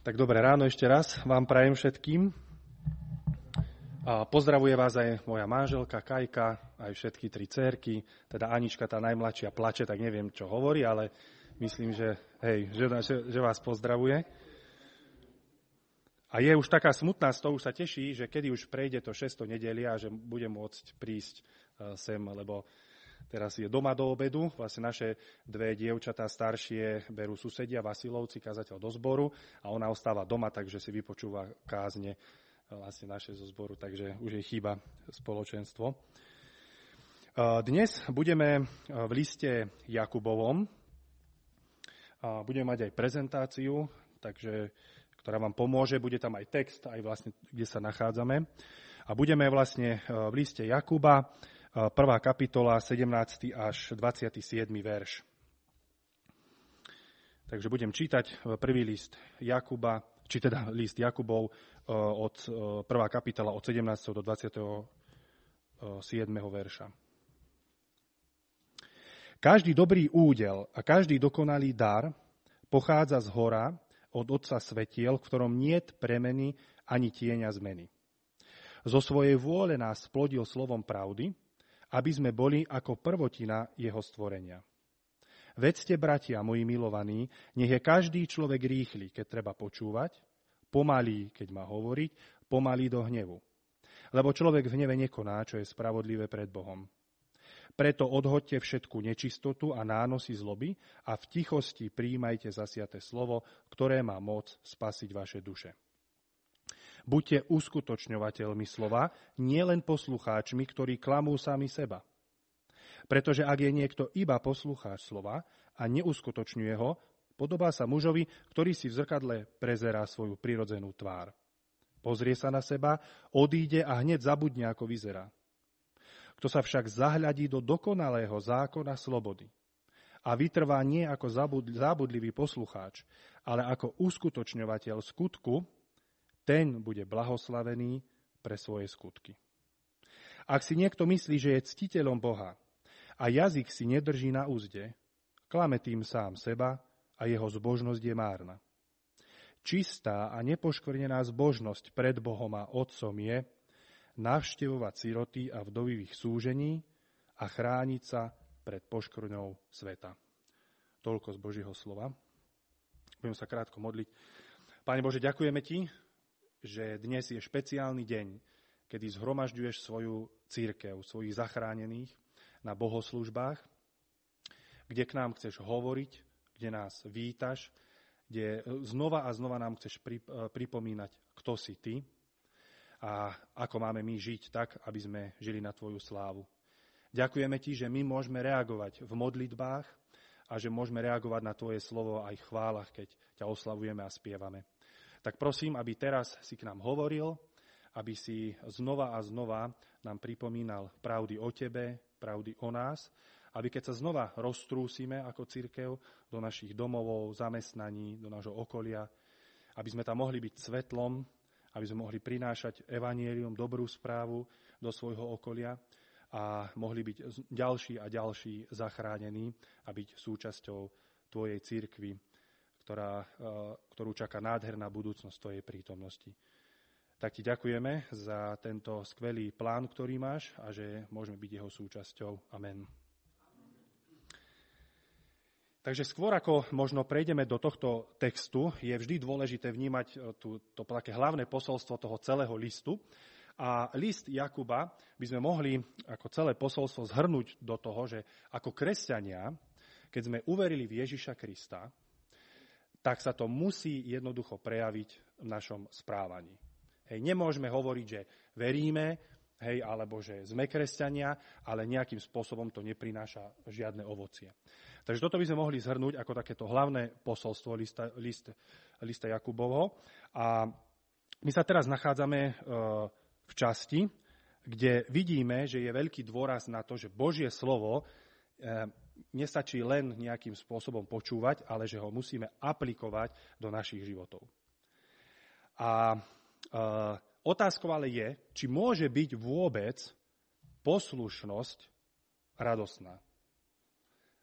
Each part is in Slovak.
Tak dobré ráno ešte raz vám prajem všetkým. A pozdravuje vás aj moja manželka Kajka, aj všetky 3 dcérky, teda Anička, tá najmladšia, plače, tak neviem, čo hovorí, ale myslím, že vás pozdravuje. A je už taká smutná, z toho už sa teší, že kedy už prejde to 6. nedelia, že bude môcť prísť sem, lebo teraz je doma do obedu, vlastne naše 2 dievčatá staršie berú susedia Vasilovci, kazateľ do zboru a ona ostáva doma, takže si vypočúva kázne vlastne naše zo zboru, takže už jej chýba spoločenstvo. Dnes budeme v liste Jakubovom. Budeme mať aj prezentáciu, ktorá vám pomôže, bude tam aj text, aj vlastne, kde sa nachádzame. A budeme vlastne v liste Jakuba, 1. kapitola, 17. až 27. verš. Takže budem čítať prvý list Jakuba, či teda list Jakubov od 1. kapitola od 17. do 27. verša. Každý dobrý údel a každý dokonalý dar pochádza z hora od Otca svetiel, v ktorom niet premeny ani tieňa zmeny. Zo svojej vôle nás splodil slovom pravdy, aby sme boli ako prvotina jeho stvorenia. Vedzte, bratia, moji milovaní, nech je každý človek rýchly, keď treba počúvať, pomalý, keď má hovoriť, pomalý do hnevu. Lebo človek v hneve nekoná, čo je spravodlivé pred Bohom. Preto odhoďte všetku nečistotu a nánosy zloby a v tichosti prijímajte zasiate slovo, ktoré má moc spasiť vaše duše. Buďte uskutočňovateľmi slova, nielen poslucháčmi, ktorí klamú sami seba. Pretože ak je niekto iba poslucháč slova a neuskutočňuje ho, podobá sa mužovi, ktorý si v zrkadle prezerá svoju prirodzenú tvár. Pozrie sa na seba, odíde a hneď zabudne, ako vyzerá. Kto sa však zahľadí do dokonalého zákona slobody a vytrvá nie ako zábudlivý poslucháč, ale ako uskutočňovateľ skutku, ten bude blahoslavený pre svoje skutky. Ak si niekto myslí, že je ctiteľom Boha a jazyk si nedrží na úzde, klame tým sám seba a jeho zbožnosť je márna. Čistá a nepoškvrnená zbožnosť pred Bohom a Otcom je navštevovať siroty a vdovy v ich súžení a chrániť sa pred poškvrnou sveta. Toľko z Božieho slova. Budem sa krátko modliť. Pane Bože, ďakujeme Ti, že dnes je špeciálny deň, kedy zhromažďuješ svoju cirkev, svojich zachránených na bohoslúžbách, kde k nám chceš hovoriť, kde nás vítaš, kde znova a znova nám chceš pripomínať, kto si Ty a ako máme my žiť tak, aby sme žili na Tvoju slávu. Ďakujeme Ti, že my môžeme reagovať v modlitbách a že môžeme reagovať na Tvoje slovo aj v chválach, keď ťa oslavujeme a spievame. Tak prosím, aby teraz si k nám hovoril, aby si znova a znova nám pripomínal pravdy o Tebe, pravdy o nás, aby keď sa znova roztrúsime ako cirkev do našich domovov, zamestnaní, do nášho okolia, aby sme tam mohli byť svetlom, aby sme mohli prinášať evanjelium, dobrú správu do svojho okolia a mohli byť ďalší a ďalší zachránení a byť súčasťou Tvojej cirkvi, ktorú čaká nádherná budúcnosť Tvojej prítomnosti. Tak Ti ďakujeme za tento skvelý plán, ktorý máš a že môžeme byť jeho súčasťou. Amen. Takže skôr ako možno prejdeme do tohto textu, je vždy dôležité vnímať to také hlavné posolstvo toho celého listu. A list Jakuba by sme mohli ako celé posolstvo zhrnúť do toho, že ako kresťania, keď sme uverili v Ježiša Krista, tak sa to musí jednoducho prejaviť v našom správaní. Nemôžeme hovoriť, že veríme, alebo že sme kresťania, ale nejakým spôsobom to neprináša žiadne ovocie. Takže toto by sme mohli zhrnúť ako takéto hlavné posolstvo lista Jakubovho. A my sa teraz nachádzame v časti, kde vidíme, že je veľký dôraz na to, že Božie slovo nestačí len nejakým spôsobom počúvať, ale že ho musíme aplikovať do našich životov. A otázkou ale je, či môže byť vôbec poslušnosť radosná.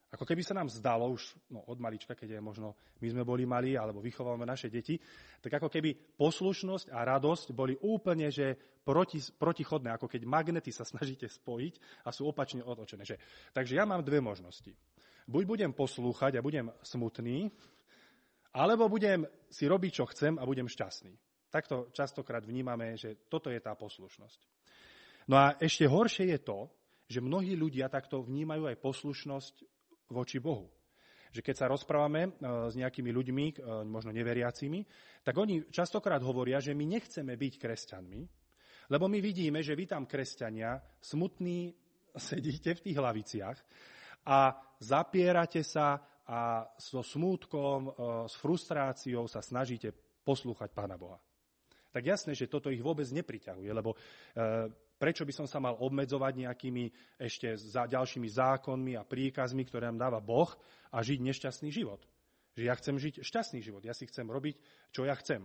Ako keby sa nám zdalo už od malička, keď je možno my sme boli malí, alebo vychovávame naše deti, tak ako keby poslušnosť a radosť boli úplne že protichodné, ako keď magnety sa snažíte spojiť a sú opačne otočené. Takže ja mám dve možnosti. Buď budem poslúchať a budem smutný, alebo budem si robiť, čo chcem a budem šťastný. Takto častokrát vnímame, že toto je tá poslušnosť. No a ešte horšie je to, že mnohí ľudia takto vnímajú aj poslušnosť voči Bohu. Že keď sa rozprávame s nejakými ľuďmi, možno neveriacimi, tak oni častokrát hovoria, že my nechceme byť kresťanmi, lebo my vidíme, že vy tam kresťania smutní sedíte v tých hlaviciach a zapierate sa a so smútkom, s frustráciou sa snažíte poslúchať Pána Boha. Tak jasné, že toto ich vôbec nepriťahuje, lebo prečo by som sa mal obmedzovať nejakými ešte ďalšími zákonmi a príkazmi, ktoré nám dáva Boh a žiť nešťastný život. Že ja chcem žiť šťastný život, ja si chcem robiť, čo ja chcem.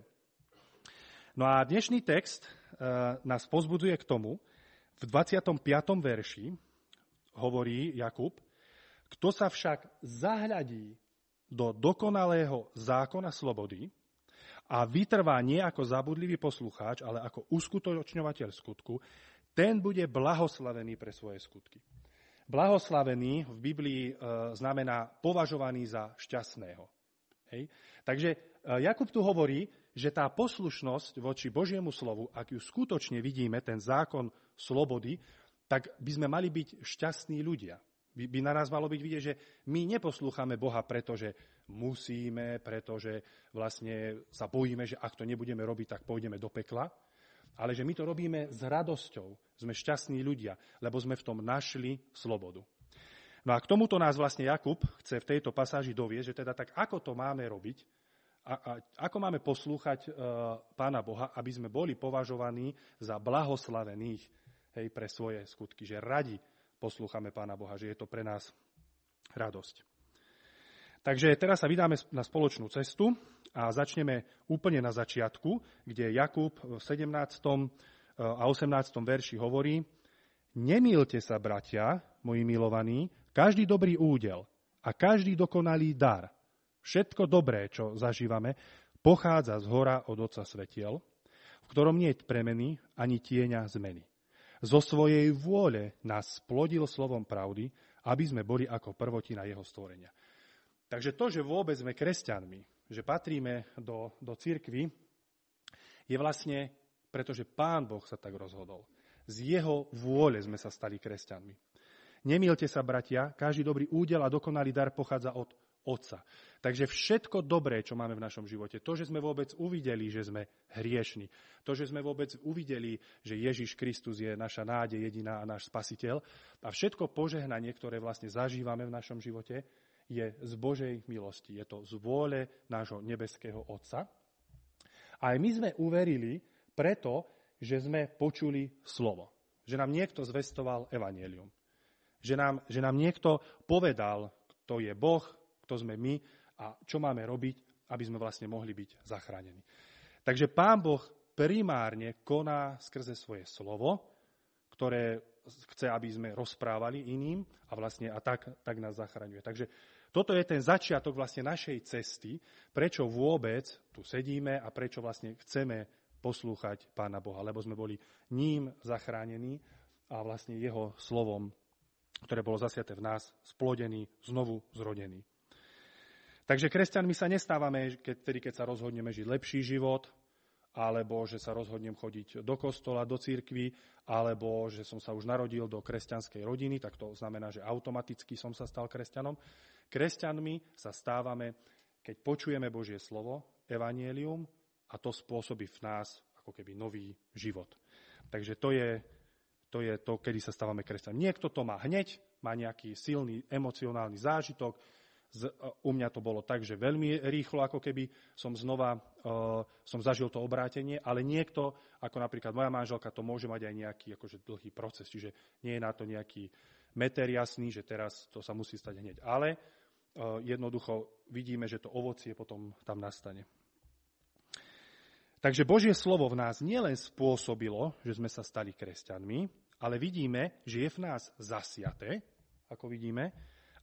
No a dnešný text nás povzbudzuje k tomu, v 25. verši hovorí Jakub, kto sa však zahľadí do dokonalého zákona slobody a vytrvá nie ako zabudlivý poslucháč, ale ako uskutočňovateľ skutku, ten bude blahoslavený pre svoje skutky. Blahoslavený v Biblii znamená považovaný za šťastného. Hej? Takže Jakub tu hovorí, že tá poslušnosť voči Božiemu slovu, ak ju skutočne vidíme, ten zákon slobody, tak by sme mali byť šťastní ľudia. By na nás malo byť vidieť, že my neposlúchame Boha, pretože musíme, pretože vlastne sa bojíme, že ak to nebudeme robiť, tak pôjdeme do pekla, ale že my to robíme s radosťou. Sme šťastní ľudia, lebo sme v tom našli slobodu. No a k tomuto nás vlastne Jakub chce v tejto pasáži doviesť, že teda tak ako to máme robiť, a ako máme poslúchať Pána Boha, aby sme boli považovaní za blahoslavených pre svoje skutky, že radi poslúchame Pána Boha, že je to pre nás radosť. Takže teraz sa vydáme na spoločnú cestu a začneme úplne na začiatku, kde Jakub v 17. a 18. verši hovorí: Nemýlte sa, bratia, moji milovaní, každý dobrý údel a každý dokonalý dar, všetko dobré, čo zažívame, pochádza z hora od Otca svetiel, v ktorom nie je premeny ani tieňa zmeny. Zo svojej vôle nás splodil slovom pravdy, aby sme boli ako prvotina jeho stvorenia. Takže to, že vôbec sme kresťanmi, že patríme do cirkvi, je vlastne, pretože Pán Boh sa tak rozhodol. Z jeho vôle sme sa stali kresťanmi. Nemýlte sa, bratia, každý dobrý údel a dokonalý dar pochádza od Otca. Takže všetko dobré, čo máme v našom živote, to, že sme vôbec uvideli, že sme hriešni, to, že sme vôbec uvideli, že Ježiš Kristus je naša nádej jediná a náš spasiteľ a všetko požehnanie, ktoré vlastne zažívame v našom živote, je z Božej milosti. Je to z vôle nášho nebeského Otca. A aj my sme uverili preto, že sme počuli slovo. Že nám niekto zvestoval evanjelium. Že nám niekto povedal, kto je Boh, kto sme my a čo máme robiť, aby sme vlastne mohli byť zachránení. Takže Pán Boh primárne koná skrze svoje slovo, ktoré chce, aby sme rozprávali iným a tak nás zachraňuje. Takže toto je ten začiatok vlastne našej cesty, prečo vôbec tu sedíme a prečo vlastne chceme poslúchať Pána Boha, lebo sme boli ním zachránení a vlastne jeho slovom, ktoré bolo zasiaté v nás, splodení, znovu zrodení. Takže kresťanmi sa nestávame, keď sa rozhodneme žiť lepší život, alebo že sa rozhodnem chodiť do kostola, do cirkvi, alebo že som sa už narodil do kresťanskej rodiny, tak to znamená, že automaticky som sa stal kresťanom. Kresťanmi sa stávame, keď počujeme Božie slovo, evanjelium, a to spôsobí v nás ako keby nový život. Takže to je to, kedy sa stávame kresťanmi. Niekto to má hneď, má nejaký silný emocionálny zážitok. U mňa to bolo tak, že veľmi rýchlo, ako keby som zažil to obrátenie, ale niekto, ako napríklad moja manželka, to môže mať aj nejaký akože dlhý proces, čiže nie je na to nejaký meter jasný, že teraz to sa musí stať hneď. Ale jednoducho vidíme, že to ovocie potom tam nastane. Takže Božie slovo v nás nielen spôsobilo, že sme sa stali kresťanmi, ale vidíme, že je v nás zasiaté, ako vidíme,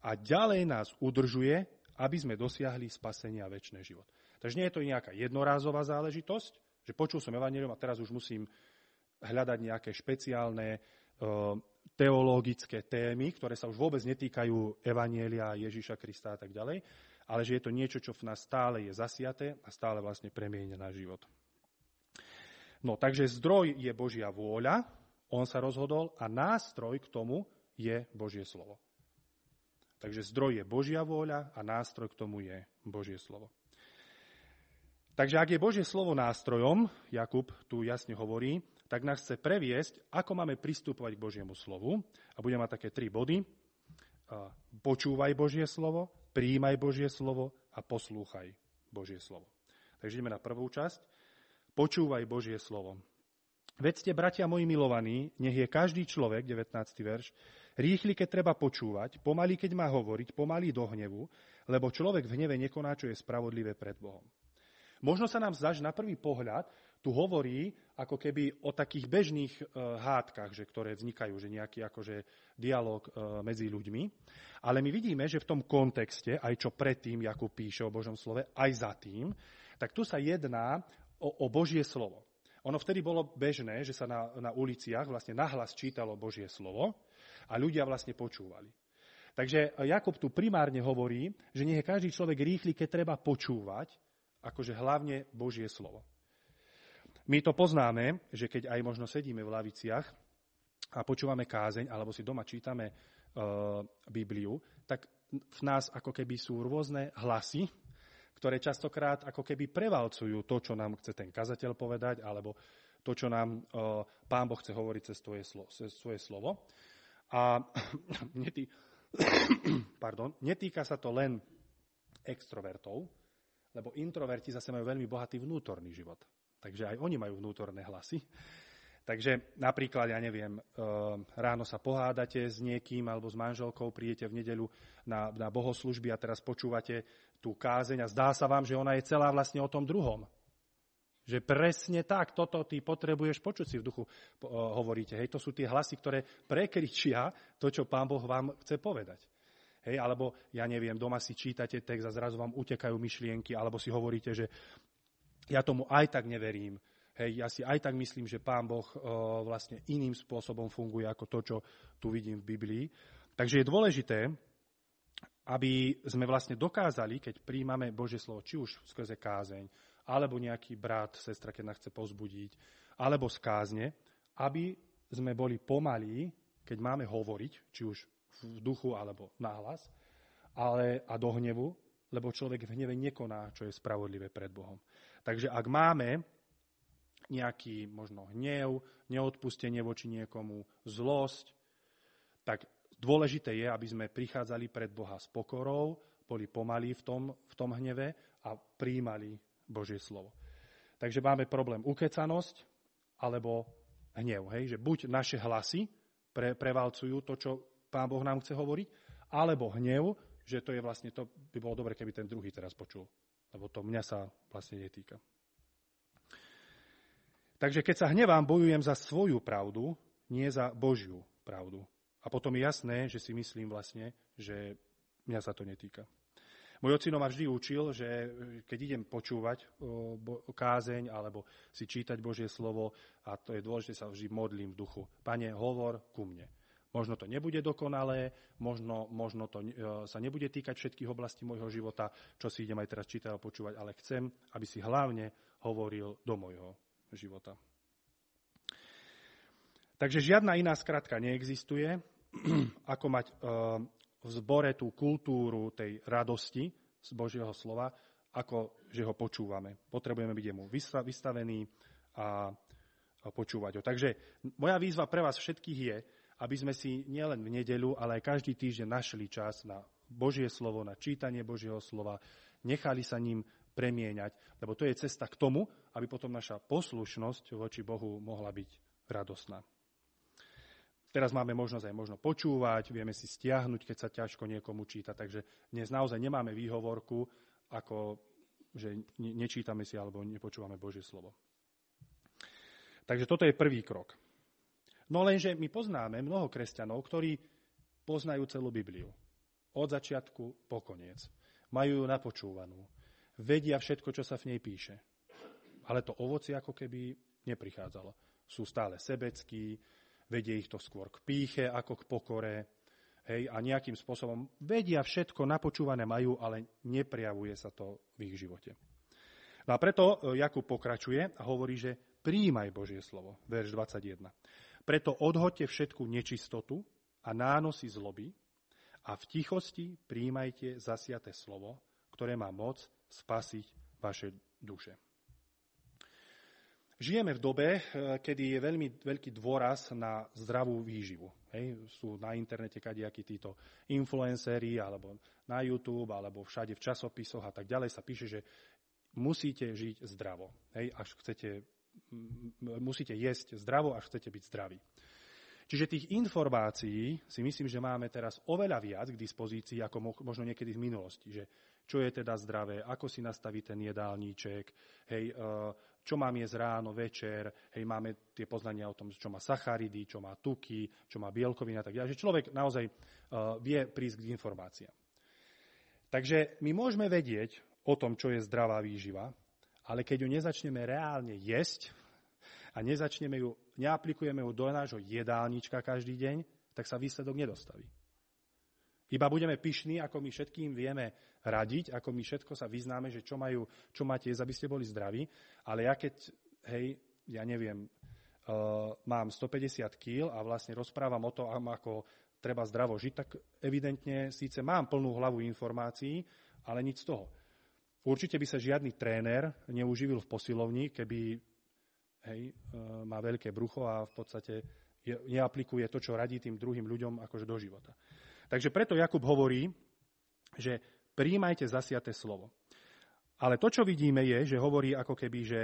a ďalej nás udržuje, aby sme dosiahli spasenie a večný život. Takže nie je to nejaká jednorázová záležitosť, že počul som evanjelium a teraz už musím hľadať nejaké špeciálne teologické témy, ktoré sa už vôbec netýkajú evanjelia Ježiša Krista a tak ďalej, ale že je to niečo, čo v nás stále je zasiaté a stále vlastne premieňa náš život. No, takže zdroj je Božia vôľa, on sa rozhodol a nástroj k tomu je Božie slovo. Takže zdroj je Božia vôľa a nástroj k tomu je Božie slovo. Takže ak je Božie slovo nástrojom, Jakub tu jasne hovorí, tak nás chce previesť, ako máme pristupovať k Božiemu slovu. A budeme mať také 3 body. Počúvaj Božie slovo, prijímaj Božie slovo a poslúchaj Božie slovo. Takže ideme na prvú časť. Počúvaj Božie slovo. Vedzte, bratia moji milovaní, nech je každý človek, 19. verš, rýchly, keď treba počúvať, pomalý, keď má hovoriť, pomalý do hnevu, lebo človek v hneve nekoná, čo je spravodlivé pred Bohom. Možno sa nám zdá, že na prvý pohľad tu hovorí ako keby o takých bežných hádkach, že, ktoré vznikajú, že nejaký akože dialog medzi ľuďmi. Ale my vidíme, že v tom kontexte, aj čo predtým Jakub píše o Božom slove, aj za tým, tak tu sa jedná o Božie slovo. Ono vtedy bolo bežné, že sa na uliciach vlastne nahlas čítalo Božie slovo a ľudia vlastne počúvali. Takže Jakub tu primárne hovorí, že nie je každý človek rýchly, keď treba počúvať, akože hlavne Božie slovo. My to poznáme, že keď aj možno sedíme v laviciach a počúvame kázeň, alebo si doma čítame Bibliu, tak v nás ako keby sú rôzne hlasy, ktoré častokrát ako keby prevalcujú to, čo nám chce ten kazateľ povedať, alebo to, čo nám Pán Boh chce hovoriť cez svoje slovo. A netýka sa to len extrovertov, lebo introverti zase majú veľmi bohatý vnútorný život. Takže aj oni majú vnútorné hlasy. Takže napríklad, ja neviem, ráno sa pohádate s niekým alebo s manželkou, prídete v nedeľu na bohoslužby a teraz počúvate tú kázeň a zdá sa vám, že ona je celá vlastne o tom druhom. Že presne tak, toto ty potrebuješ počuť, si v duchu hovoríte. Hej, to sú tie hlasy, ktoré prekričia to, čo Pán Boh vám chce povedať. Hej, alebo, ja neviem, doma si čítate text a zrazu vám utekajú myšlienky, alebo si hovoríte, že ja tomu aj tak neverím. Hej, ja si aj tak myslím, že Pán Boh vlastne iným spôsobom funguje ako to, čo tu vidím v Biblii. Takže je dôležité, aby sme vlastne dokázali, keď príjmame Božie slovo, či už skrze kázeň, alebo nejaký brat, sestra, keď nás chce povzbudiť, alebo z kázne, aby sme boli pomalí, keď máme hovoriť, či už v duchu alebo nahlas, a do hnevu, lebo človek v hneve nekoná, čo je spravodlivé pred Bohom. Takže ak máme nejaký možno hnev, neodpustenie voči niekomu, zlosť, tak dôležité je, aby sme prichádzali pred Boha s pokorou, boli pomalí v tom hneve a prijímali Božie slovo. Takže máme problém ukecanosť alebo hnev. Hej? Že buď naše hlasy prevalcujú to, čo Pán Boh nám chce hovoriť, alebo hnev, že to je vlastne to, by bolo dobre, keby ten druhý teraz počul, lebo to mňa sa vlastne netýka. Takže keď sa hnevám, bojujem za svoju pravdu, nie za Božiu pravdu. A potom je jasné, že si myslím vlastne, že mňa sa to netýka. Môj ocino ma vždy učil, že keď idem počúvať kázeň alebo si čítať Božie slovo, a to je dôležité, sa vždy modlím v duchu. Pane, hovor ku mne. Možno to nebude dokonalé, možno to sa nebude týkať všetkých oblastí môjho života, čo si idem aj teraz čítať a počúvať, ale chcem, aby si hlavne hovoril do môjho života. Takže žiadna iná skratka neexistuje, ako mať v zbore tú kultúru tej radosti z Božieho slova, ako že ho počúvame. Potrebujeme byť jemu vystavení a počúvať ho. Takže moja výzva pre vás všetkých je, aby sme si nielen v nedeľu, ale aj každý týždeň našli čas na Božie slovo, na čítanie Božieho slova, nechali sa ním premieňať, lebo to je cesta k tomu, aby potom naša poslušnosť voči Bohu mohla byť radosná. Teraz máme možnosť aj možno počúvať, vieme si stiahnuť, keď sa ťažko niekomu číta, takže dnes naozaj nemáme výhovorku, ako že nečítame si alebo nepočúvame Božie slovo. Takže toto je prvý krok. No lenže my poznáme mnoho kresťanov, ktorí poznajú celú Bibliu. Od začiatku po koniec. Majú ju napočúvanú. Vedia všetko, čo sa v nej píše. Ale to ovocie ako keby neprichádzalo. Sú stále sebeckí, vedie ich to skôr k pýche ako k pokore, hej, a nejakým spôsobom vedia všetko, napočúvané majú, ale neprejavuje sa to v ich živote. No a preto Jakub pokračuje a hovorí, že prijímaj Božie slovo, verš 21. Preto odhoďte všetku nečistotu a nánosy zloby a v tichosti prijímajte zasiaté slovo, ktoré má moc spasiť vaše duše. Žijeme v dobe, kedy je veľmi veľký dôraz na zdravú výživu. Hej, sú na internete kadejakí títo influenceri, alebo na YouTube, alebo všade v časopisoch a tak ďalej sa píše, že musíte žiť zdravo. Hej, musíte jesť zdravo, až chcete byť zdraví. Čiže tých informácií si myslím, že máme teraz oveľa viac k dispozícii, ako možno niekedy v minulosti. Že čo je teda zdravé, ako si nastaviť ten jedálníček, hej, čo mám jesť ráno, večer, hej, máme tie poznania o tom, čo má sacharidy, čo má tuky, čo má bielkoviny a tak ďalej. Že človek naozaj vie prísť k informáciám. Takže my môžeme vedieť o tom, čo je zdravá výživa, ale keď ju nezačneme reálne jesť a neaplikujeme ju do nášho jedálnička každý deň, tak sa výsledok nedostaví. Iba budeme pyšní, ako my všetkým vieme radiť, ako my všetko sa vyznáme, že čo máte jesť, aby ste boli zdraví, ale ja keď, mám 150 kg a vlastne rozprávam o tom, ako treba zdravo žiť, tak evidentne síce mám plnú hlavu informácií, ale nič z toho. Určite by sa žiadny tréner neuživil v posilovni, keby má veľké brucho a v podstate neaplikuje to, čo radí tým druhým ľuďom akože do života. Takže preto Jakub hovorí, že prijímajte zasiaté slovo. Ale to, čo vidíme, je, že hovorí ako keby, že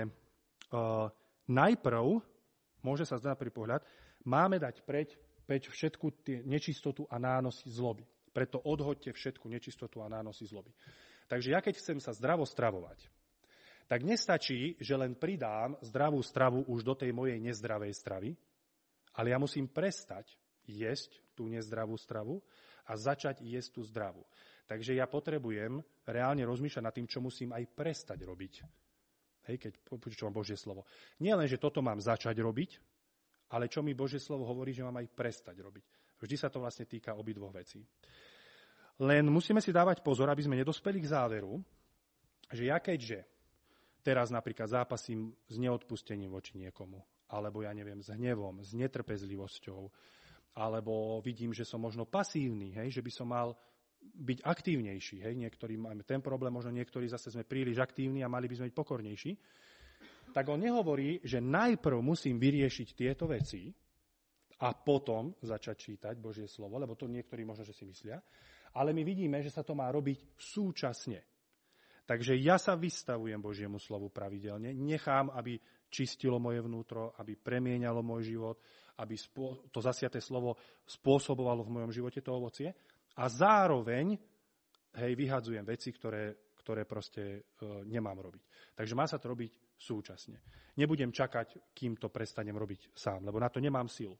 najprv, môže sa zdať pri pohľad, máme dať preč všetku tie nečistotu a nánosy zloby. Preto odhoďte všetku nečistotu a nánosy zloby. Takže ja keď chcem sa zdravo stravovať, tak nestačí, že len pridám zdravú stravu už do tej mojej nezdravej stravy, ale ja musím prestať jesť tú nezdravú stravu a začať jesť tú zdravú. Takže ja potrebujem reálne rozmýšľať nad tým, čo musím aj prestať robiť. Hej, keď počúvam Božie slovo. Nie len, že toto mám začať robiť, ale čo mi Božie slovo hovorí, že mám aj prestať robiť. Vždy sa to vlastne týka obidvoch vecí. Len musíme si dávať pozor, aby sme nedospeli k záveru, že ja keďže teraz napríklad zápasím s neodpustením voči niekomu, alebo s hnevom, s netrpezlivosťou, alebo vidím, že som možno pasívny, hej, že by som mal byť aktívnejší. Hej, niektorí máme ten problém, možno niektorí zase sme príliš aktívni a mali by sme byť pokornejší. Tak on nehovorí, že najprv musím vyriešiť tieto veci a potom začať čítať Božie slovo, lebo to niektorí možno, že si myslia, ale my vidíme, že sa to má robiť súčasne. Takže ja sa vystavujem Božiemu slovu pravidelne, nechám, aby čistilo moje vnútro, aby premieňalo môj život, aby to zasiaté slovo spôsobovalo v mojom živote to ovocie a zároveň vyhadzujem veci, ktoré proste nemám robiť. Takže má sa to robiť súčasne. Nebudem čakať, kým to prestanem robiť sám, lebo na to nemám silu.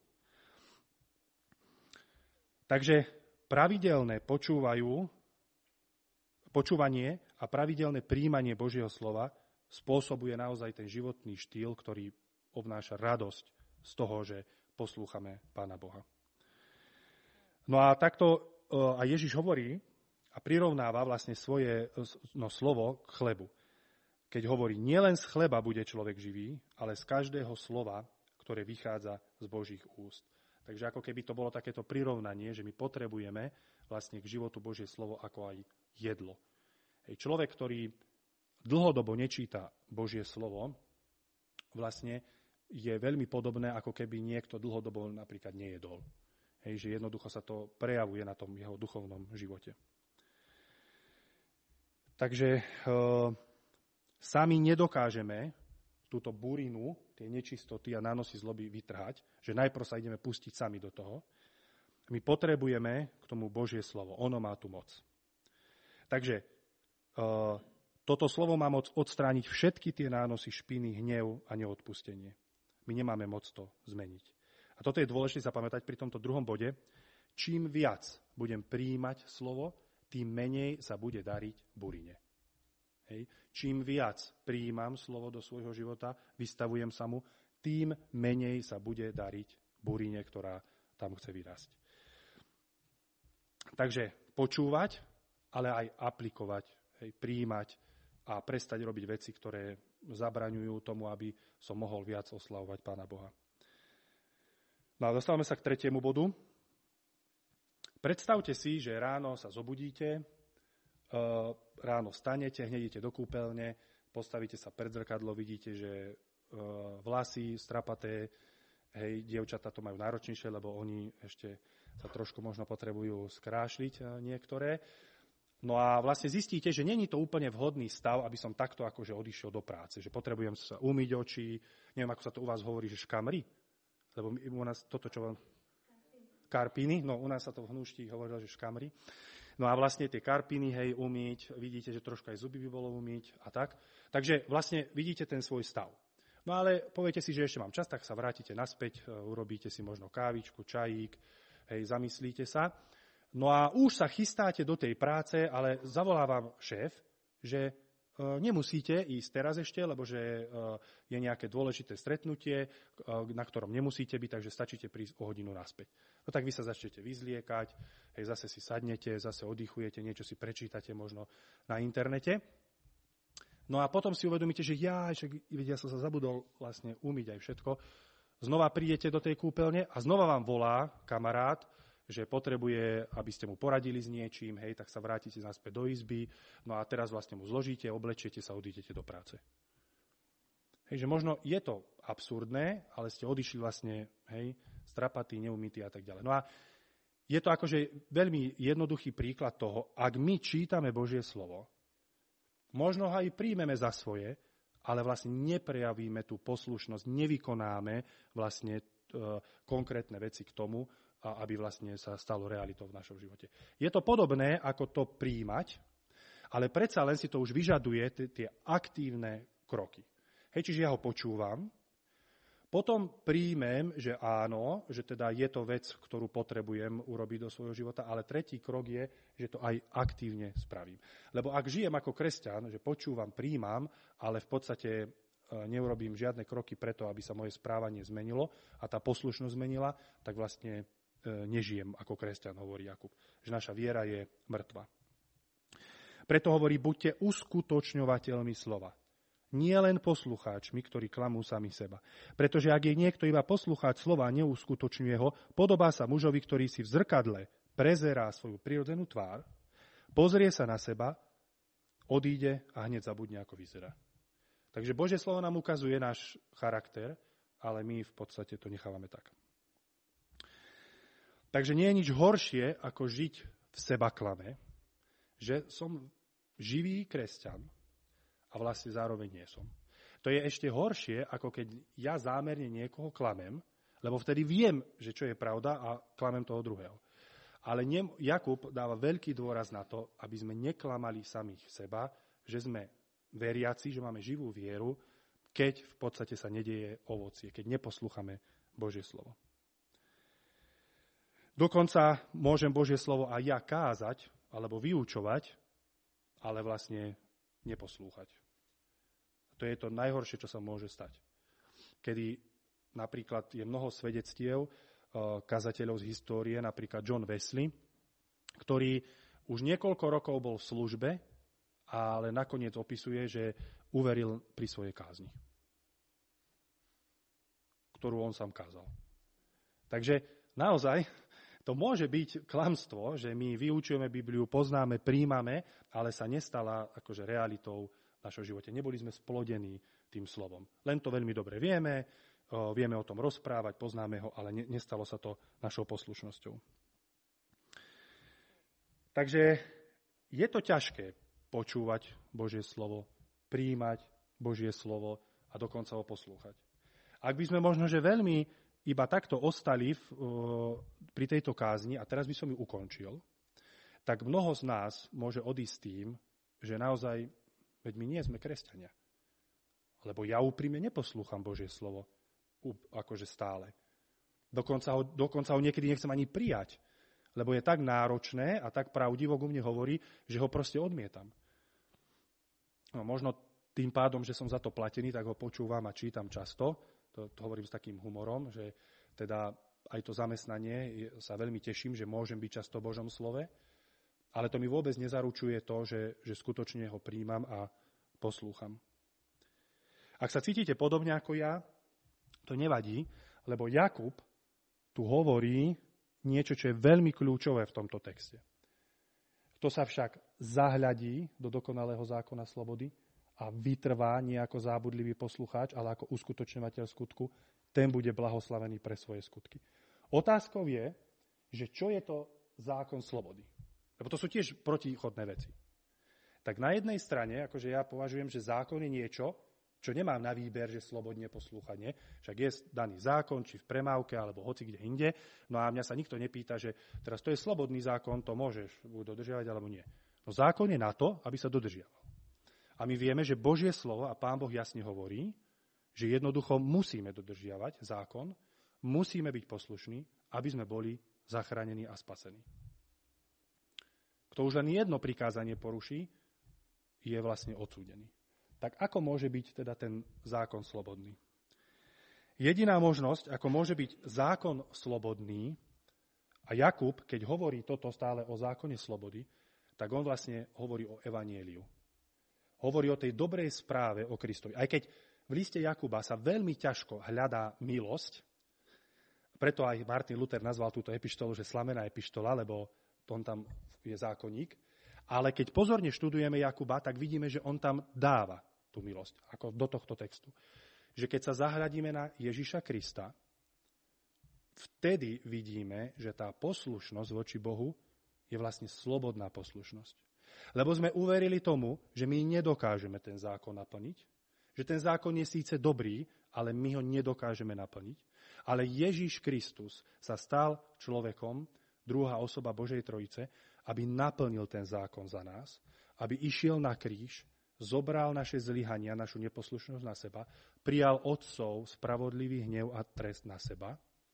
Takže pravidelné počúvanie a pravidelné prijímanie Božieho slova spôsobuje naozaj ten životný štýl, ktorý obnáša radosť z toho, že poslúchame Pána Boha. No a takto a Ježiš hovorí a prirovnáva vlastne svoje slovo k chlebu. Keď hovorí, nielen z chleba bude človek živý, ale z každého slova, ktoré vychádza z Božích úst. Takže ako keby to bolo takéto prirovnanie, že my potrebujeme vlastne k životu Božie slovo ako aj jedlo. Človek, ktorý dlhodobo nečíta Božie slovo, vlastne je veľmi podobné, ako keby niekto dlhodobo napríklad nejedol. Že jednoducho sa to prejavuje na tom jeho duchovnom živote. Takže sami nedokážeme túto burinu, tie nečistoty a nánosy zloby vytrhať, že najprv sa ideme pustiť sami do toho. My potrebujeme k tomu Božie slovo. Ono má tú moc. Takže toto slovo má moc odstrániť všetky tie nánosy špiny, hnev a neodpustenie. My nemáme moc to zmeniť. A toto je dôležité zapamätať pri tomto druhom bode. Čím viac budem prijímať slovo, tým menej sa bude dariť burine. Hej. Čím viac prijímam slovo do svojho života, vystavujem sa mu, tým menej sa bude dariť burine, ktorá tam chce vyrásť. Takže počúvať, ale aj aplikovať, hej, prijímať a prestať robiť veci, ktoré zabraňujú tomu, aby som mohol viac oslavovať Pána Boha. No a dostávame sa k tretiemu bodu. Predstavte si, že ráno sa zobudíte, ráno vstanete, hneď idete do kúpeľne, postavíte sa pred zrkadlo, vidíte, že vlasy strapaté, hej, dievčatá to majú náročnejšie, lebo oni ešte sa trošku možno potrebujú skrášliť niektoré. No a vlastne zistíte, že není to úplne vhodný stav, aby som takto akože odišiel do práce, že potrebujem sa umyť oči, neviem, ako sa to u vás hovorí, že škamri, lebo u nás toto, čo vám... Karpiny, no u nás sa to v Hnúšti hovorilo, že škamri. No a vlastne tie karpiny, hej, umyť, vidíte, že troška aj zuby by bolo umyť a tak. Takže vlastne vidíte ten svoj stav. No ale poviete si, že ešte mám čas, tak sa vrátite naspäť, urobíte si možno kávičku, čajík, hej, zamyslíte sa. No a už sa chystáte do tej práce, ale zavolá vám šéf, že nemusíte ísť teraz ešte, lebo že je nejaké dôležité stretnutie, na ktorom nemusíte byť, takže stačíte prísť o hodinu naspäť. No tak vy sa začnete vyzliekať, hej, zase si sadnete, zase oddychujete, niečo si prečítate možno na internete. No a potom si uvedomíte, že ja som sa zabudol vlastne umyť aj všetko. Znova prídete do tej kúpeľne a znova vám volá kamarát, že potrebuje, aby ste mu poradili s niečím, hej, tak sa vrátite naspäť do izby, no a teraz vlastne mu zložíte, oblečiete sa, odídete do práce. Hej, že možno je to absurdné, ale ste odišli vlastne, hej, strapatý, neumytý a tak ďalej. No a je to akože veľmi jednoduchý príklad toho, ak my čítame Božie slovo, možno ho aj príjmeme za svoje, ale vlastne neprejavíme tú poslušnosť, nevykonáme vlastne konkrétne veci k tomu, aby vlastne sa stalo realitou v našom živote. Je to podobné, ako to prijímať, ale predsa len si to už vyžaduje tie aktívne kroky. Hej, čiže ja ho počúvam, potom príjmem, že áno, že teda je to vec, ktorú potrebujem urobiť do svojho života, ale tretí krok je, že to aj aktívne spravím. Lebo ak žijem ako kresťan, že počúvam, príjmam, ale v podstate neurobím žiadne kroky preto, aby sa moje správanie zmenilo a tá poslušnosť zmenila, tak vlastne nežijem ako kresťan, hovorí Jakub. Že naša viera je mŕtva. Preto hovorí, buďte uskutočňovateľmi slova. Nie len poslucháčmi, ktorí klamú sami seba. Pretože ak je niekto iba poslucháč slova a neuskutočňuje ho, podobá sa mužovi, ktorý si v zrkadle prezerá svoju prirodzenú tvár, pozrie sa na seba, odíde a hneď zabudne, ako vyzerá. Takže Božie slovo nám ukazuje náš charakter, ale my v podstate to nechávame tak. Takže nie je nič horšie, ako žiť v sebaklame, že som živý kresťan a vlastne zároveň nie som. To je ešte horšie, ako keď ja zámerne niekoho klamem, lebo vtedy viem, že čo je pravda a klamem toho druhého. Ale Jakub dáva veľký dôraz na to, aby sme neklamali samých seba, že sme veriaci, že máme živú vieru, keď v podstate sa nedieje ovocie, keď neposlúchame Božie slovo. Dokonca môžem Božie slovo aj ja kázať, alebo vyučovať, ale vlastne neposlúchať. To je to najhoršie, čo sa môže stať. Kedy napríklad je mnoho svedectiev kazateľov z histórie, napríklad John Wesley, ktorý už niekoľko rokov bol v službe, ale nakoniec opisuje, že uveril pri svojej kázni, ktorú on sám kázal. Takže naozaj to môže byť klamstvo, že my vyučujeme Bibliu, poznáme, príjmame, ale sa nestala akože realitou v našom živote. Neboli sme splodení tým slovom. Len to veľmi dobre vieme, vieme o tom rozprávať, poznáme ho, ale nestalo sa to našou poslušnosťou. Takže je to ťažké počúvať Božie slovo, prijímať Božie slovo a dokonca ho poslúchať. Ak by sme možno, že veľmi iba takto ostali pri tejto kázni, a teraz by som ju ukončil, tak mnoho z nás môže odísť tým, že naozaj, veď my nie sme kresťania. Lebo ja úprimne neposlúcham Božie slovo akože stále. Dokonca ho niekedy nechcem ani prijať. Lebo je tak náročné a tak pravdivo ku mne hovorí, že ho proste odmietam. No, možno tým pádom, že som za to platený, tak ho počúvam a čítam často. To hovorím s takým humorom, že teda aj to zamestnanie sa veľmi teším, že môžem byť často v Božom slove, ale to mi vôbec nezaručuje to, že skutočne ho príjmam a poslúcham. Ak sa cítite podobne ako ja, to nevadí, lebo Jakub tu hovorí niečo, čo je veľmi kľúčové v tomto texte. Kto sa však zahľadí do dokonalého zákona slobody a vytrvá nie ako zábudlivý poslucháč, ale ako uskutočňovateľ skutku, ten bude blahoslavený pre svoje skutky. Otázkou je, že čo je to zákon slobody. Lebo to sú tiež protichodné veci. Tak na jednej strane, akože ja považujem, že zákon je niečo, čo nemám na výber, že slobodne poslúchanie. Však je daný zákon, či v premávke, alebo hoci kde inde. No a mňa sa nikto nepýta, že teraz to je slobodný zákon, to môžeš buď dodržiavať, alebo nie. No zákon je na to, aby sa dodržiaval. A my vieme, že Božie slovo a Pán Boh jasne hovorí, že jednoducho musíme dodržiavať zákon, musíme byť poslušní, aby sme boli zachránení a spasení. Kto už len jedno prikázanie poruší, je vlastne odsúdený. Tak ako môže byť teda ten zákon slobodný? Jediná možnosť, ako môže byť zákon slobodný, a Jakub, keď hovorí toto stále o zákone slobody, tak on vlastne hovorí o evanjeliu. Hovorí o tej dobrej správe o Kristovi. Aj keď v liste Jakuba sa veľmi ťažko hľadá milosť, preto aj Martin Luther nazval túto epištolu, že slamená epištola, lebo on tam je zákonník. Ale keď pozorne študujeme Jakuba, tak vidíme, že on tam dáva tú milosť, ako do tohto textu. Že keď sa zahľadíme na Ježiša Krista, vtedy vidíme, že tá poslušnosť voči Bohu je vlastne slobodná poslušnosť. Lebo sme uverili tomu, že my nedokážeme ten zákon naplniť, že ten zákon je síce dobrý, ale my ho nedokážeme naplniť. Ale Ježiš Kristus sa stal človekom, druhá osoba Božej Trojice, aby naplnil ten zákon za nás, aby išiel na kríž, zobral naše zlyhania, našu neposlušnosť na seba, prijal Otcov spravodlivý hnev a trest na seba,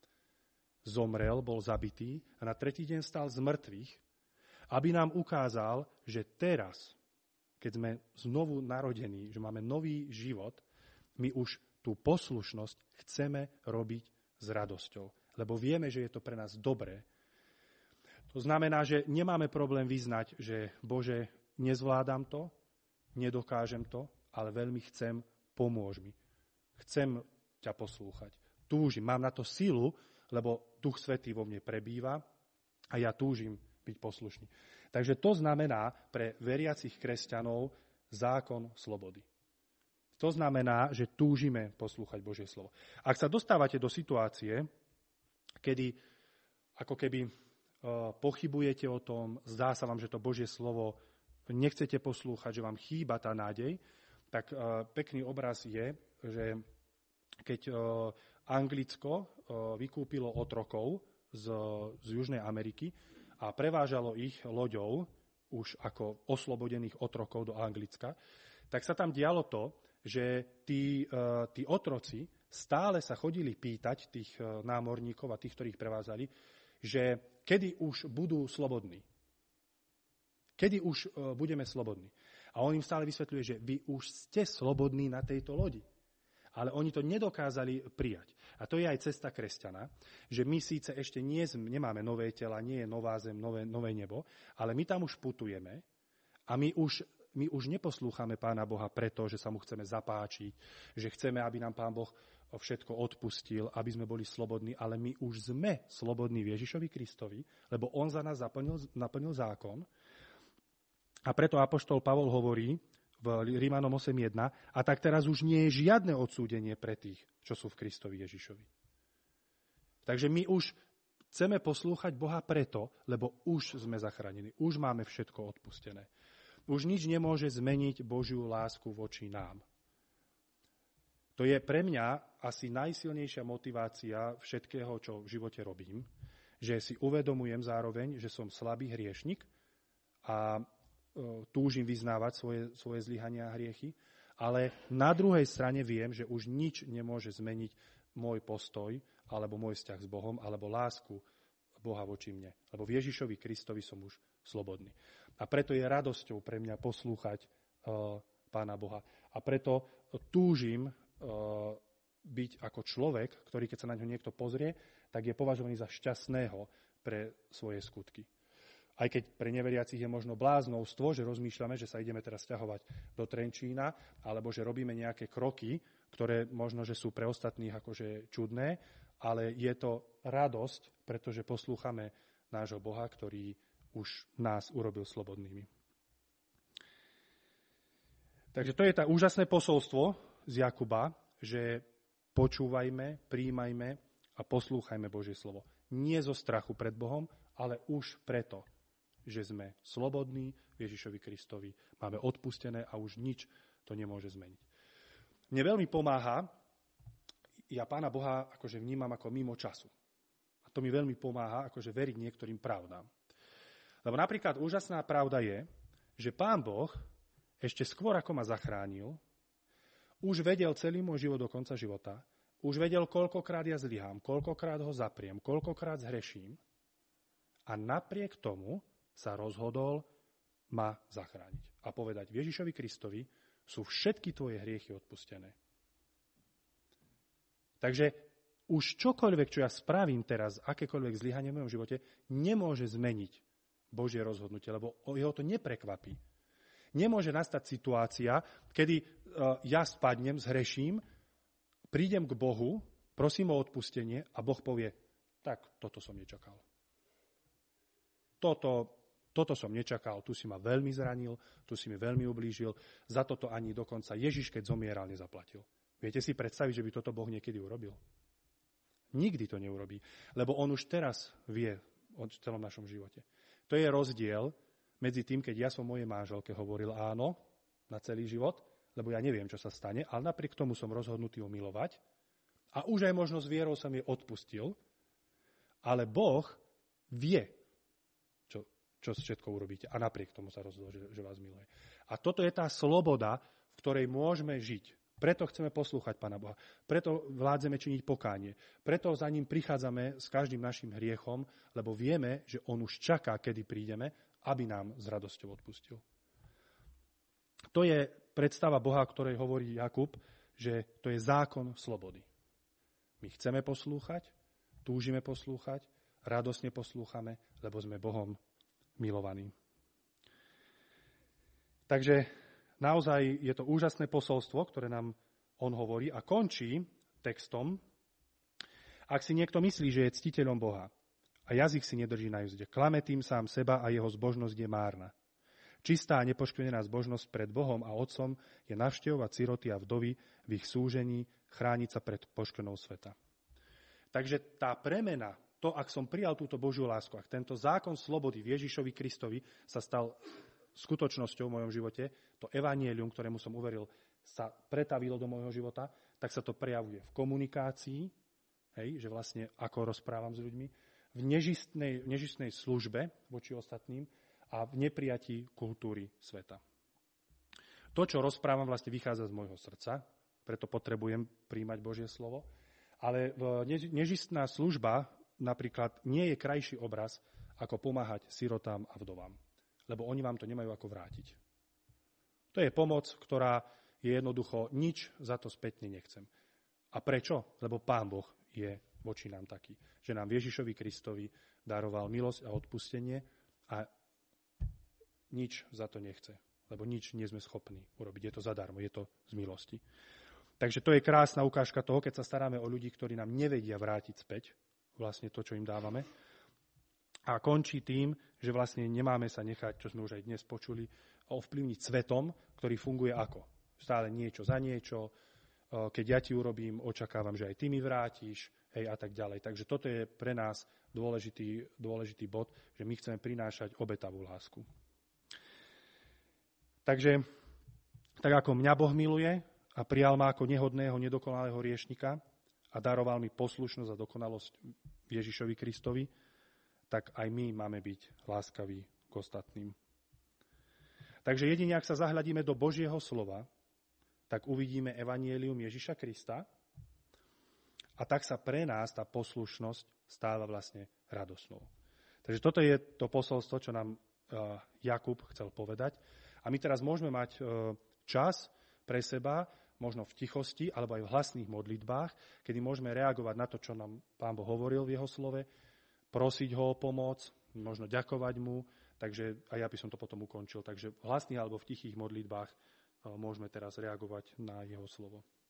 zomrel, bol zabitý a na tretí deň stal z mŕtvych, aby nám ukázal, že teraz, keď sme znovu narodení, že máme nový život, my už tú poslušnosť chceme robiť s radosťou. Lebo vieme, že je to pre nás dobré. To znamená, že nemáme problém vyznať, že Bože, nezvládam to, nedokážem to, ale veľmi chcem, pomôž mi. Chcem ťa poslúchať. Túžim, mám na to silu, lebo Duch Svätý vo mne prebýva a ja túžim byť poslušný. Takže to znamená pre veriacich kresťanov zákon slobody. To znamená, že túžime poslúchať Božie slovo. Ak sa dostávate do situácie, kedy ako keby pochybujete o tom, zdá sa vám, že to Božie slovo nechcete poslúchať, že vám chýba tá nádej, tak pekný obraz je, že keď Anglicko vykúpilo otrokov z Južnej Ameriky a prevážalo ich loďou už ako oslobodených otrokov do Anglicka, tak sa tam dialo to, že tí otroci stále sa chodili pýtať tých námorníkov a tých, ktorých prevázali, že kedy už budú slobodní. Kedy už budeme slobodní. A on im stále vysvetľuje, že vy už ste slobodní na tejto lodi. Ale oni to nedokázali prijať. A to je aj cesta kresťana, že my síce ešte nemáme nové tela, nie je nová zem, nové nebo, ale my tam už putujeme a my už neposlúchame Pána Boha preto, že sa mu chceme zapáčiť, že chceme, aby nám Pán Boh všetko odpustil, aby sme boli slobodní, ale my už sme slobodní v Ježišovi Kristovi, lebo on za nás naplnil zákon. A preto apoštol Pavol hovorí v Rímanom 8.1, a tak teraz už nie je žiadne odsúdenie pre tých, čo sú v Kristovi Ježišovi. Takže my už chceme poslúchať Boha preto, lebo už sme zachránení, už máme všetko odpustené. Už nič nemôže zmeniť Božiu lásku voči nám. To je pre mňa asi najsilnejšia motivácia všetkého, čo v živote robím, že si uvedomujem zároveň, že som slabý hriešnik a túžim vyznávať svoje zlyhania a hriechy, ale na druhej strane viem, že už nič nemôže zmeniť môj postoj alebo môj vzťah s Bohom alebo lásku Boha voči mne. Lebo v Ježišovi Kristovi som už slobodný. A preto je radosťou pre mňa poslúchať Pána Boha. A preto túžim byť ako človek, ktorý keď sa na ňo niekto pozrie, tak je považovaný za šťastného pre svoje skutky. Aj keď pre neveriacich je možno bláznovstvo, že rozmýšľame, že sa ideme teraz sťahovať do Trenčína, alebo že robíme nejaké kroky, ktoré možno, že sú pre ostatných akože čudné, ale je to radosť, pretože poslúchame nášho Boha, ktorý už nás urobil slobodnými. Takže to je tá úžasné posolstvo z Jakuba, že počúvajme, prijímajme a poslúchajme Božie slovo. Nie zo strachu pred Bohom, ale už preto, že sme slobodní v Ježišovi Kristovi, máme odpustené a už nič to nemôže zmeniť. Mne veľmi pomáha, ja Pána Boha akože vnímam ako mimo času. A to mi veľmi pomáha akože veriť niektorým pravdám. Lebo napríklad úžasná pravda je, že Pán Boh ešte skôr ako ma zachránil, už vedel celý môj život do konca života, už vedel, koľkokrát ja zlyhám, koľkokrát ho zapriem, koľkokrát zhreším a napriek tomu sa rozhodol ma zachrániť a povedať, v Ježišovi Kristovi sú všetky tvoje hriechy odpustené. Takže už čokoľvek, čo ja spravím teraz, akékoľvek zlyhanie v mojom živote, nemôže zmeniť Božie rozhodnutie, lebo jeho to neprekvapí. Nemôže nastať situácia, kedy ja spadnem, zhreším, prídem k Bohu, prosím o odpustenie a Boh povie, tak toto som nečakal. Toto som nečakal, tu si ma veľmi zranil, tu si mi veľmi ublížil, za toto ani dokonca Ježiš, keď zomieral, nezaplatil. Viete si predstaviť, že by toto Boh niekedy urobil? Nikdy to neurobí, lebo on už teraz vie o celom našom živote. To je rozdiel medzi tým, keď ja som mojej manželke hovoril áno na celý život, lebo ja neviem, čo sa stane, ale napriek tomu som rozhodnutý ho milovať a už aj možno s vierou som jej odpustil, ale Boh vie, čo všetko urobíte a napriek tomu sa rozhodol, že vás miluje. A toto je tá sloboda, v ktorej môžeme žiť. Preto chceme poslúchať Pána Boha. Preto vládzeme činiť pokánie. Preto za ním prichádzame s každým našim hriechom, lebo vieme, že on už čaká, kedy prídeme, aby nám s radosťou odpustil. To je predstava Boha, o ktorej hovorí Jakub, že to je zákon slobody. My chceme poslúchať, túžime poslúchať, radosne poslúchame, lebo sme Bohom milovaní. Takže naozaj je to úžasné posolstvo, ktoré nám on hovorí a končí textom. Ak si niekto myslí, že je ctiteľom Boha a jazyk si nedrží na úzde, klame tým sám seba a jeho zbožnosť je márna. Čistá a nepoškvrnená zbožnosť pred Bohom a Otcom je navštevovať siroty a vdovy v ich súžení, chrániť sa pred poškvrnou sveta. Takže tá premena, to, ak som prijal túto Božiu lásku, ak tento zákon slobody v Ježišovi Kristovi sa stal skutočnosťou v mojom živote, to evanjelium, ktorému som uveril, sa pretavilo do môjho života, tak sa to prejavuje v komunikácii, že vlastne ako rozprávam s ľuďmi, v nežistnej službe voči ostatným a v neprijatí kultúry sveta. To, čo rozprávam, vlastne vychádza z môjho srdca, preto potrebujem príjmať Božie slovo, ale nežistná služba napríklad nie je krajší obraz, ako pomáhať sirotám a vdovám. Lebo oni vám to nemajú ako vrátiť. To je pomoc, ktorá je jednoducho, nič za to spätne nechcem. A prečo? Lebo Pán Boh je voči nám taký, že nám Ježišovi Kristovi daroval milosť a odpustenie a nič za to nechce. Lebo nič nie sme schopní urobiť. Je to zadarmo, je to z milosti. Takže to je krásna ukážka toho, keď sa staráme o ľudí, ktorí nám nevedia vrátiť späť vlastne to, čo im dávame. A končí tým, že vlastne nemáme sa nechať, čo sme už aj dnes počuli, ovplyvniť svetom, ktorý funguje ako? Stále niečo za niečo, keď ja ti urobím, očakávam, že aj ty mi vrátiš, a tak ďalej. Takže toto je pre nás dôležitý bod, že my chceme prinášať obetavú lásku. Takže, tak ako mňa Boh miluje a prijal ma ako nehodného, nedokonalého hriešnika a daroval mi poslušnosť a dokonalosť Ježišovi Kristovi, tak aj my máme byť láskaví k ostatným. Takže jedine, ak sa zahľadíme do Božieho slova, tak uvidíme evanjelium Ježiša Krista a tak sa pre nás tá poslušnosť stáva vlastne radosnou. Takže toto je to posolstvo, čo nám Jakub chcel povedať. A my teraz môžeme mať čas pre seba, možno v tichosti, alebo aj v hlasných modlitbách, kedy môžeme reagovať na to, čo nám Pán Boh hovoril v jeho slove, prosiť ho o pomoc, možno ďakovať mu, takže aj ja by som to potom ukončil. Takže v hlasných alebo v tichých modlitbách môžeme teraz reagovať na jeho slovo.